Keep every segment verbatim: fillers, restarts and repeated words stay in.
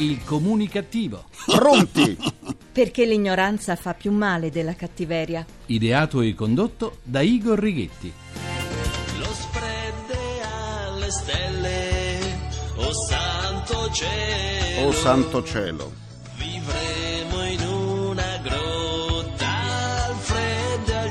Il comunicativo. Pronti? Perché l'ignoranza fa più male della cattiveria. Ideato e condotto da Igor Righetti. Lo spread alle stelle, oh santo cielo. Oh santo cielo. Vivremo in una grotta al freddo e al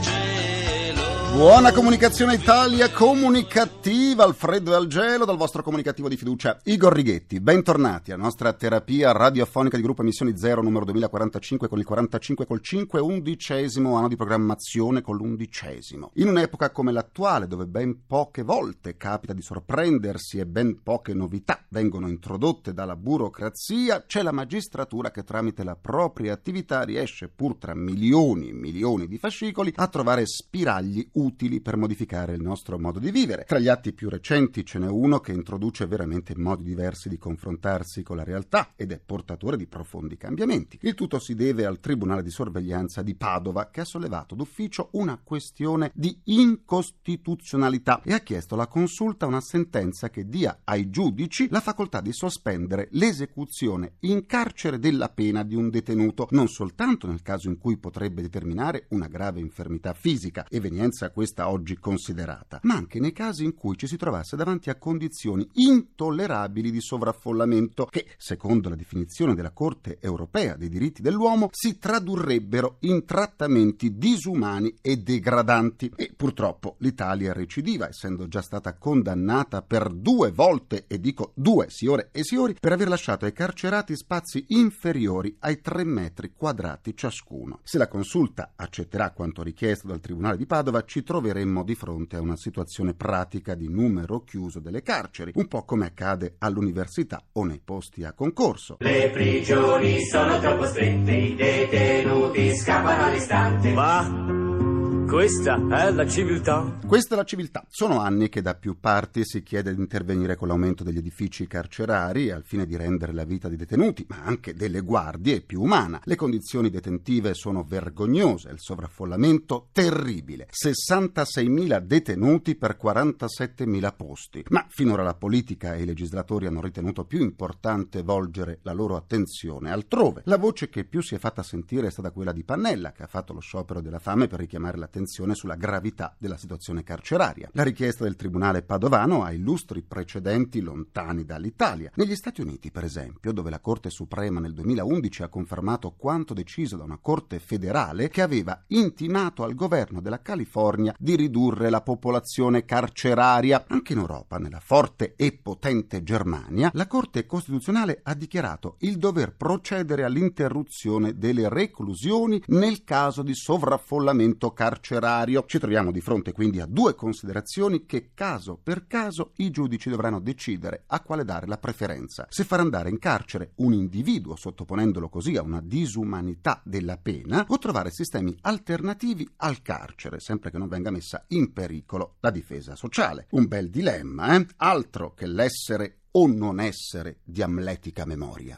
gelo. Buona comunicazione Italia, comunicativa al freddo e al gelo dal vostro comunicativo di fiducia Igor Righetti. Bentornati alla nostra terapia radiofonica di gruppo Emissioni Zero numero duemilaquarantacinque con il quarantacinque col cinque, undicesimo anno di programmazione con l'undicesimo. In un'epoca come l'attuale, dove ben poche volte capita di sorprendersi e ben poche novità vengono introdotte dalla burocrazia, c'è la magistratura che tramite la propria attività riesce, pur tra milioni e milioni di fascicoli, a trovare spiragli utili per modificare il nostro modo di vivere. Tra gli atti più recenti ce n'è uno che introduce veramente modi diversi di confrontarsi con la realtà ed è portatore di profondi cambiamenti. Il tutto si deve al Tribunale di Sorveglianza di Padova, che ha sollevato d'ufficio una questione di incostituzionalità e ha chiesto alla Consulta una sentenza che dia ai giudici la facoltà di sospendere l'esecuzione in carcere della pena di un detenuto, non soltanto nel caso in cui potrebbe determinare una grave infermità fisica, evenienza questa oggi considerata, ma anche nei casi in cui ci si trovasse davanti a condizioni intollerabili di sovraffollamento che, secondo la definizione della Corte Europea dei diritti dell'uomo, si tradurrebbero in trattamenti disumani e degradanti. E purtroppo l'Italia recidiva, essendo già stata condannata per due volte, e dico due, signore e signori, per aver lasciato ai carcerati spazi inferiori ai tre metri quadrati ciascuno. Se la Consulta accetterà quanto richiesto dal Tribunale di Padova, ci troveremmo di fronte a una situazione pratica di numero chiuso delle carceri, un po' come accade all'università o nei posti a concorso. Le prigioni sono troppo strette, i detenuti scappano all'istante. Ma questa è la civiltà. Questa è la civiltà. Sono anni che da più parti si chiede di intervenire con l'aumento degli edifici carcerari al fine di rendere la vita dei detenuti, ma anche delle guardie, più umana. Le condizioni detentive sono vergognose, il sovraffollamento terribile. sessantaseimila detenuti per quarantasettemila posti. Ma finora la politica e i legislatori hanno ritenuto più importante volgere la loro attenzione altrove. La voce che più si è fatta sentire è stata quella di Pannella, che ha fatto lo sciopero della fame per richiamare l'attenzione sulla gravità della situazione carceraria. La richiesta del Tribunale padovano ha illustri precedenti lontani dall'Italia. Negli Stati Uniti, per esempio, dove la Corte Suprema nel duemilaundici ha confermato quanto deciso da una Corte federale che aveva intimato al governo della California di ridurre la popolazione carceraria. Anche in Europa, nella forte e potente Germania, la Corte Costituzionale ha dichiarato il dover procedere all'interruzione delle reclusioni nel caso di sovraffollamento carcerario. Ci troviamo di fronte quindi a due considerazioni che caso per caso i giudici dovranno decidere a quale dare la preferenza: se far andare in carcere un individuo sottoponendolo così a una disumanità della pena o trovare sistemi alternativi al carcere, sempre che non venga messa in pericolo la difesa sociale. Un bel dilemma, eh? Altro che l'essere o non essere di amletica memoria.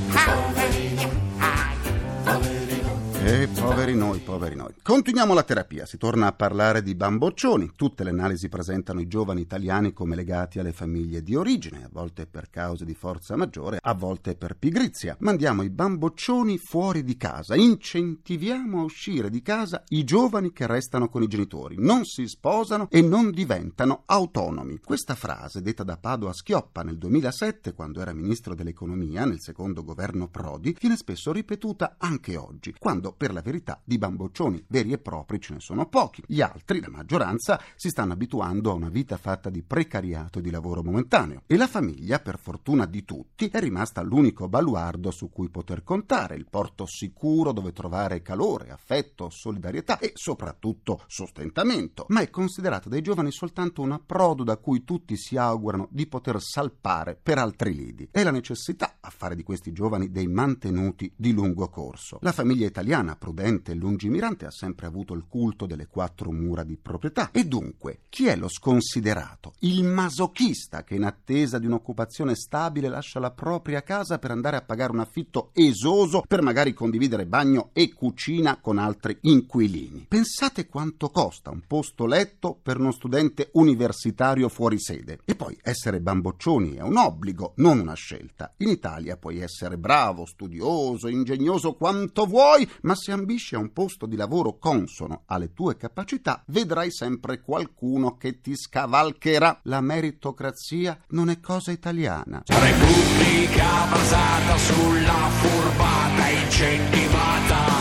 E poveri noi, poveri noi. Continuiamo la terapia, si torna a parlare di bamboccioni. Tutte le analisi presentano i giovani italiani come legati alle famiglie di origine, a volte per cause di forza maggiore, a volte per pigrizia. Mandiamo i bamboccioni fuori di casa, incentiviamo a uscire di casa i giovani che restano con i genitori, non si sposano e non diventano autonomi. Questa frase, detta da Padoa-Schioppa nel duemilasette, quando era ministro dell'economia nel secondo governo Prodi, viene spesso ripetuta anche oggi, quando per la verità di bamboccioni veri e propri ce ne sono pochi. Gli altri, la maggioranza, si stanno abituando a una vita fatta di precariato e di lavoro momentaneo. E la famiglia, per fortuna di tutti, è rimasta l'unico baluardo su cui poter contare, il porto sicuro dove trovare calore, affetto, solidarietà e soprattutto sostentamento. Ma è considerata dai giovani soltanto un approdo da cui tutti si augurano di poter salpare per altri lidi. È la necessità a fare di questi giovani dei mantenuti di lungo corso. La famiglia italiana, prudente e lungimirante, ha sempre avuto il culto delle quattro mura di proprietà. E dunque, chi è lo sconsiderato? Il masochista che in attesa di un'occupazione stabile lascia la propria casa per andare a pagare un affitto esoso per magari condividere bagno e cucina con altri inquilini. Pensate quanto costa un posto letto per uno studente universitario fuori sede. E poi essere bamboccioni è un obbligo, non una scelta. In Italia Italia puoi essere bravo, studioso, ingegnoso quanto vuoi, ma se ambisci a un posto di lavoro consono alle tue capacità, vedrai sempre qualcuno che ti scavalcherà. La meritocrazia non è cosa italiana. Repubblica basata sulla furbata incentivata.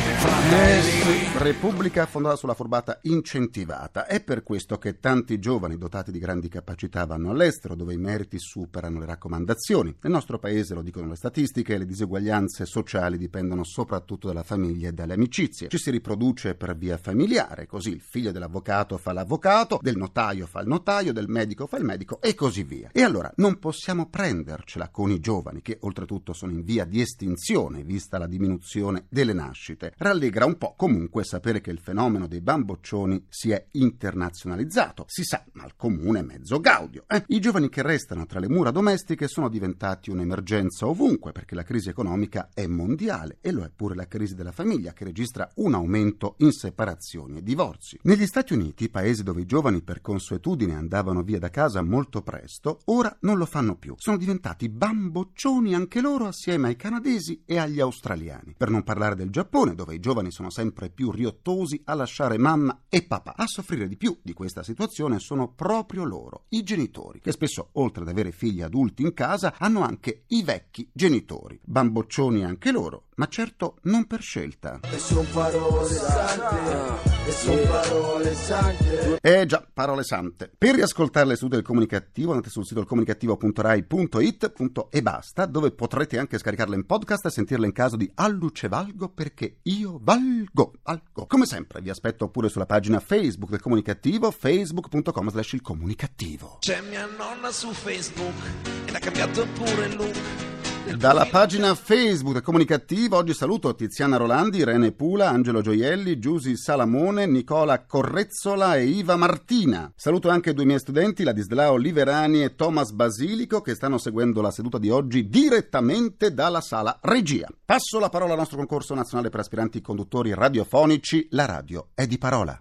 Eh sì, Repubblica fondata sulla furbata incentivata. È per questo che tanti giovani dotati di grandi capacità vanno all'estero, dove i meriti superano le raccomandazioni. Nel nostro paese, lo dicono le statistiche, le diseguaglianze sociali dipendono soprattutto dalla famiglia e dalle amicizie. Ci si riproduce per via familiare, così il figlio dell'avvocato fa l'avvocato, del notaio fa il notaio, del medico fa il medico e così via. E allora non possiamo prendercela con i giovani, che oltretutto sono in via di estinzione, vista la diminuzione delle nascite. Rallegra un po' comunque sapere che il fenomeno dei bamboccioni si è internazionalizzato. Si sa, ma il comune è mezzo gaudio. Eh? I giovani che restano tra le mura domestiche sono diventati un'emergenza ovunque, perché la crisi economica è mondiale e lo è pure la crisi della famiglia, che registra un aumento in separazioni e divorzi. Negli Stati Uniti, paesi dove i giovani per consuetudine andavano via da casa molto presto, ora non lo fanno più. Sono diventati bamboccioni anche loro, assieme ai canadesi e agli australiani. Per non parlare del Giappone, dove i giovani sono sempre più riottosi a lasciare mamma e papà. A soffrire di più di questa situazione sono proprio loro, i genitori, che spesso, oltre ad avere figli adulti in casa, hanno anche i vecchi genitori. Bamboccioni anche loro, ma certo non per scelta. E son parole sante, e son parole sante. Eh già, parole sante. Per riascoltare le sedute del Comunicativo andate sul sito ilcomunicativo punto rai punto it punto e basta, dove potrete anche scaricarle in podcast e sentirle in caso di Alluce valgo perché io valgo, valgo. Come sempre vi aspetto pure sulla pagina Facebook del Comunicativo, facebook punto com slash il comunicativo. C'è mia nonna su Facebook ed ha cambiato pure il look. Dalla pagina Facebook del Comunicativo oggi saluto Tiziana Rolandi, Irene Pula, Angelo Gioielli, Giusy Salamone, Nicola Correzzola e Iva Martina. Saluto anche due miei studenti, Ladislao Liverani e Thomas Basilico, che stanno seguendo la seduta di oggi direttamente dalla sala regia. Passo la parola al nostro concorso nazionale per aspiranti conduttori radiofonici. La radio è di parola.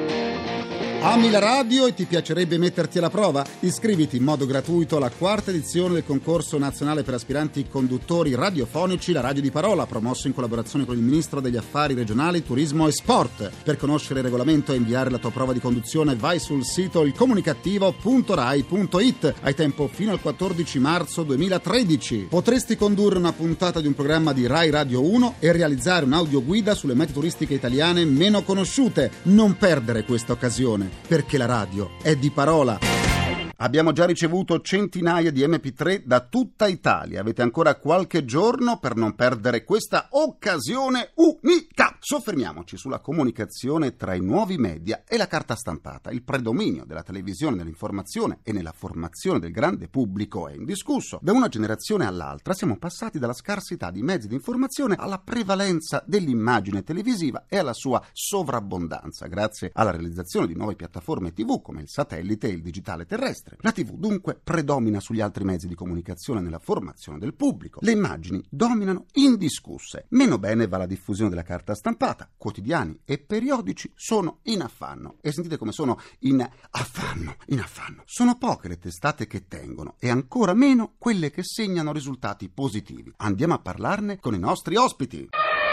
Ami la radio e ti piacerebbe metterti alla prova? Iscriviti in modo gratuito alla quarta edizione del concorso nazionale per aspiranti conduttori radiofonici La Radio di Parola, promosso in collaborazione con il Ministro degli Affari Regionali, Turismo e Sport. Per conoscere il regolamento e inviare la tua prova di conduzione vai sul sito ilcomunicativo punto rai punto it. Hai tempo fino al quattordici marzo duemilatredici. Potresti condurre una puntata di un programma di Rai Radio uno e realizzare un'audioguida sulle mete turistiche italiane meno conosciute. Non perdere questa occasione, perché la radio è di parola. Abbiamo già ricevuto centinaia di emme pi tre da tutta Italia. Avete ancora qualche giorno per non perdere questa occasione unica. Soffermiamoci sulla comunicazione tra i nuovi media e la carta stampata. Il predominio della televisione nell'informazione e nella formazione del grande pubblico è indiscusso. Da una generazione all'altra siamo passati dalla scarsità di mezzi di informazione alla prevalenza dell'immagine televisiva e alla sua sovrabbondanza, grazie alla realizzazione di nuove piattaforme tivù come il satellite e il digitale terrestre. La tivù dunque predomina sugli altri mezzi di comunicazione nella formazione del pubblico. Le immagini dominano indiscusse. Meno bene va la diffusione della carta stampata. Quotidiani e periodici sono in affanno. E sentite come sono in affanno, in affanno. Sono poche le testate che tengono e ancora meno quelle che segnano risultati positivi. Andiamo a parlarne con i nostri ospiti.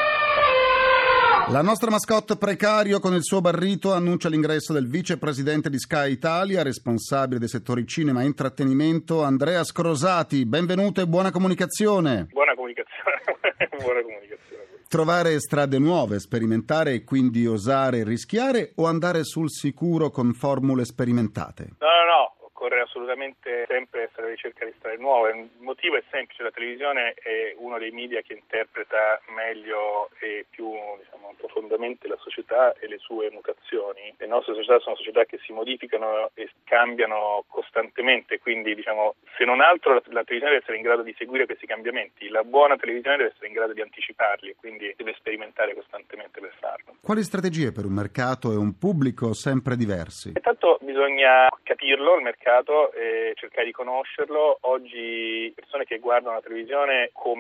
La nostra mascotte precario con il suo barrito annuncia l'ingresso del vicepresidente di Sky Italia, responsabile dei settori cinema e intrattenimento, Andrea Scrosati. Benvenuto e buona comunicazione. Buona comunicazione, buona comunicazione. Trovare strade nuove, sperimentare e quindi osare rischiare o andare sul sicuro con formule sperimentate? No, no, no. Occorre assolutamente sempre essere alla ricerca di strade nuove. Il motivo è semplice: la televisione è uno dei media che interpreta meglio e più, diciamo, profondamente la società e le sue mutazioni. Le nostre società sono società che si modificano e cambiano costantemente, quindi, diciamo, se non altro la, la televisione deve essere in grado di seguire questi cambiamenti. La buona televisione deve essere in grado di anticiparli, quindi deve sperimentare costantemente per farlo. Quali strategie per un mercato e un pubblico sempre diversi? Intanto bisogna capirlo, il mercato, e cercare di conoscerlo. Oggi persone che guardano la televisione come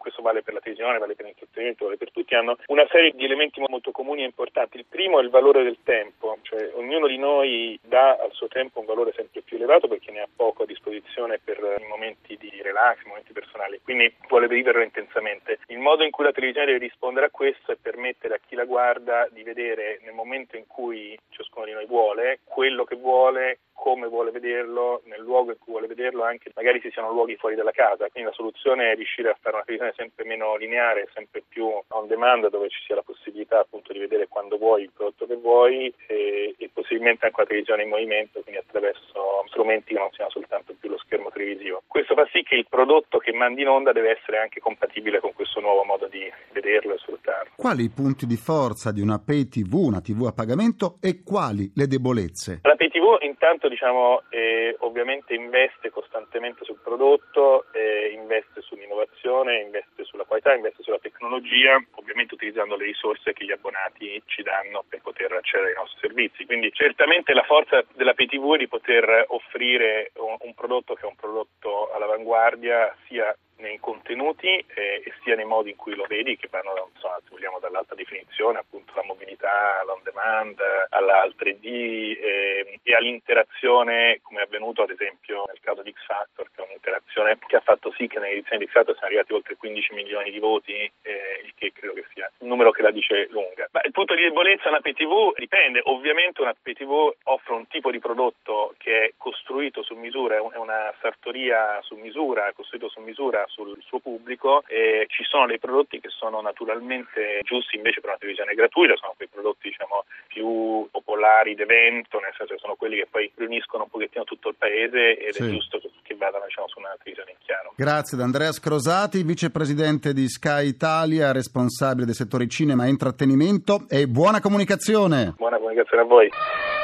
questo vale per la televisione, vale per l'intrattenimento, vale per tutti, hanno una serie di elementi molto comuni e importanti. Il primo è il valore del tempo, cioè ognuno di noi dà al suo tempo un valore sempre più elevato perché ne ha poco a disposizione per i momenti di relax, i momenti personali, quindi vuole viverlo intensamente. Il modo in cui la televisione deve rispondere a questo è permettere a chi la guarda di vedere nel momento in cui ciascuno di noi vuole, quello che vuole, come vuole vederlo, nel luogo in cui vuole vederlo, anche magari si siano luoghi fuori dalla casa. Quindi la soluzione è riuscire a fare una televisione sempre meno lineare, sempre più on demand, dove ci sia la possibilità appunto di vedere quando vuoi il prodotto che vuoi e, e possibilmente anche una televisione in movimento, quindi attraverso strumenti che non siano soltanto più lo schermo televisivo. Questo fa sì che il prodotto che mandi in onda deve essere anche compatibile con questo nuovo modo di vederlo e sfruttarlo. Quali i punti di forza di una pay tivù, una tivù a pagamento, e quali le debolezze? La pay tivù intanto diciamo eh, ovviamente investe costantemente sul prodotto, eh, investe sull'innovazione, investe sulla qualità, investe sulla tecnologia, ovviamente utilizzando le risorse che gli abbonati ci danno per poter accedere ai nostri servizi. Quindi certamente la forza della pay tivù è di poter offrire un, un prodotto che è un prodotto all'avanguardia sia nei contenuti eh, e sia nei modi in cui lo vedi, che vanno insomma, se vogliamo, dall'alta definizione, appunto la mobilità, all'on demand, alla, al tre D eh, e all'interazione, come è avvenuto ad esempio nel caso di X Factor, che è un'interazione che ha fatto sì che nell'edizione di X Factor siano arrivati oltre quindici milioni di voti, eh, il che credo che sia un numero che la dice lunga. Ma il punto di debolezza una pay tivù dipende, ovviamente una pay tivù offre un tipo di prodotto che è costruito su misura, è una sartoria su misura, costruito su misura sul suo pubblico, e ci sono dei prodotti che sono naturalmente giusti invece per una televisione gratuita, sono quei prodotti diciamo più popolari d'evento, nel senso che sono quelli che poi riuniscono un pochettino tutto il paese ed sì. È giusto che vadano diciamo su una televisione in chiaro. Grazie ad Andrea Scrosati, vicepresidente di Sky Italia, responsabile dei settori cinema e intrattenimento, e buona comunicazione. Buona comunicazione a voi.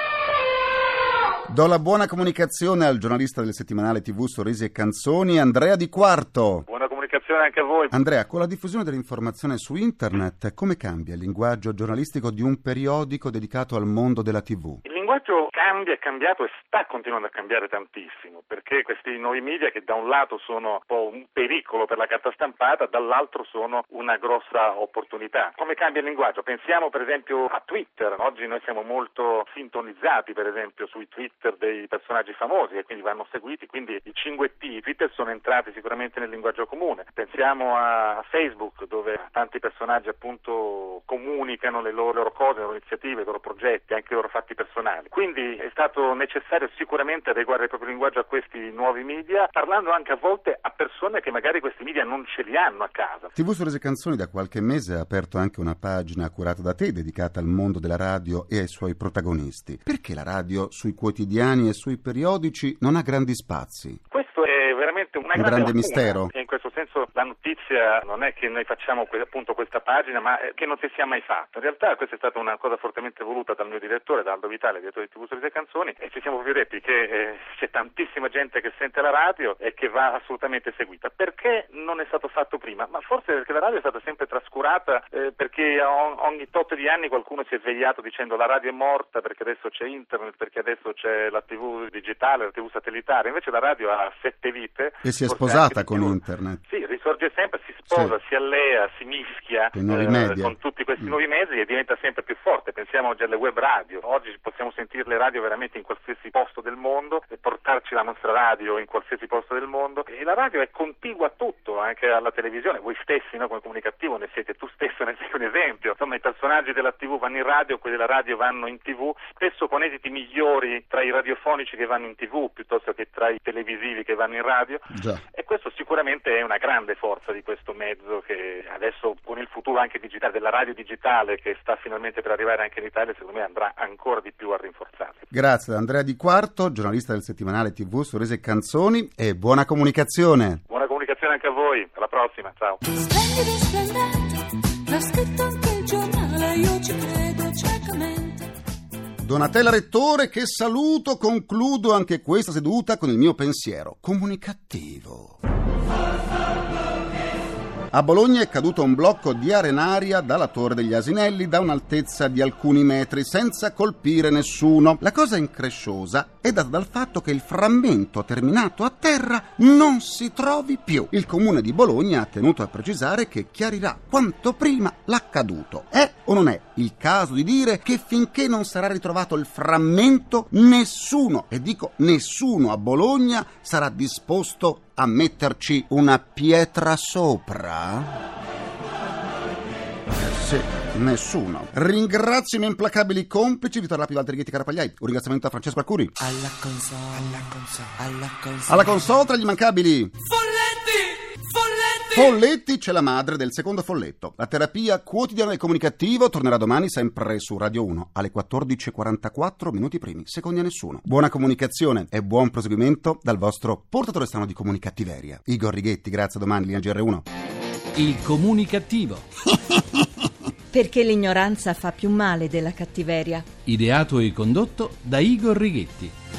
Do la buona comunicazione al giornalista del settimanale tivù Sorrisi e Canzoni, Andrea Di Quarto. Buona comunicazione anche a voi. Andrea, con la diffusione dell'informazione su internet, come cambia il linguaggio giornalistico di un periodico dedicato al mondo della tivù? Il linguaggio cambia, è cambiato e sta continuando a cambiare tantissimo, perché questi nuovi media, che da un lato sono un po' un pericolo per la carta stampata, dall'altro sono una grossa opportunità. Come cambia il linguaggio? Pensiamo per esempio a Twitter. Oggi noi siamo molto sintonizzati per esempio sui Twitter dei personaggi famosi e quindi vanno seguiti, quindi i cinque T, i Twitter sono entrati sicuramente nel linguaggio comune. Pensiamo a Facebook, dove tanti personaggi appunto comunicano le loro, le loro cose, le loro iniziative, i loro progetti, anche i loro fatti personali. Quindi è stato necessario sicuramente adeguare il proprio linguaggio a questi nuovi media, parlando anche a volte a persone che magari questi media non ce li hanno a casa. tivù Sorrisi e Canzoni da qualche mese ha aperto anche una pagina curata da te, dedicata al mondo della radio e ai suoi protagonisti. Perché la radio sui quotidiani e sui periodici non ha grandi spazi? Questo è veramente una un grande mistero. E in questo senso la notizia non è che noi facciamo appunto questa pagina, ma che non si sia mai fatto. In realtà questa è stata una cosa fortemente voluta dal mio direttore, da Aldo Vitale, direttore di tivù Sorrisi e Canzoni, e ci siamo proprio detti che eh, c'è tantissima gente che sente la radio e che va assolutamente seguita. Perché non è stato fatto prima? Ma forse perché la radio è stata sempre trascurata, eh, perché ogni tot di anni qualcuno si è svegliato dicendo la radio è morta perché adesso c'è internet, perché adesso c'è la tivù digitale, la tivù satellitare. Invece la radio ha sette vite. E si è sposata con internet. Sì, risorge sempre, si sposa, sì. si allea, si mischia eh, con tutti questi mm. nuovi mezzi e diventa sempre più forte. Pensiamo oggi alle web radio. Oggi possiamo sentire le radio veramente in qualsiasi posto del mondo e portarci la nostra radio in qualsiasi posto del mondo. E la radio è contigua a tutto, anche alla televisione. Voi stessi, no, come comunicativo, ne siete tu stesso, ne sei un esempio. Insomma, i personaggi della tivù vanno in radio, quelli della radio vanno in tivù, spesso con esiti migliori tra i radiofonici che vanno in tivù piuttosto che tra i televisivi che vanno in radio. Già. E questo sicuramente è una grande forza di questo mezzo, che adesso con il futuro anche digitale, della radio digitale che sta finalmente per arrivare anche in Italia, secondo me andrà ancora di più a rinforzarsi. Grazie ad Andrea Di Quarto, giornalista del settimanale tivù Sorrisi e Canzoni, e buona comunicazione. Buona comunicazione anche a voi, alla prossima, ciao. Splendido, splendente, l'ha scritto anche il giornale, io ci credo ciecamente. Donatella Rettore, che saluto, concludo anche questa seduta con il mio pensiero comunicativo. A Bologna è caduto un blocco di arenaria dalla Torre degli Asinelli da un'altezza di alcuni metri senza colpire nessuno. La cosa incresciosa è data dal fatto che il frammento terminato a terra non si trovi più. Il comune di Bologna ha tenuto a precisare che chiarirà quanto prima l'accaduto. È o non è il caso di dire che finché non sarà ritrovato il frammento, nessuno, e dico nessuno a Bologna, sarà disposto a metterci una pietra sopra? Eh sì, nessuno. Ringrazio i miei implacabili complici Vittorio Lapi, Walter Righetti, Carapagliai. Un ringraziamento a Francesco Arcuri. Alla console, alla console, alla console. Alla console tra gli immancabili Folletti! Folletti! Folletti, c'è la madre del secondo folletto. La terapia quotidiana del comunicativo tornerà domani sempre su Radio uno alle quattordici e quarantaquattro, minuti primi, secondi a nessuno. Buona comunicazione e buon proseguimento dal vostro portatore strano di comunicattiveria, Igor Righetti. Grazie, a domani, linea G R uno. Il comunicativo. Perché l'ignoranza fa più male della cattiveria. Ideato e condotto da Igor Righetti.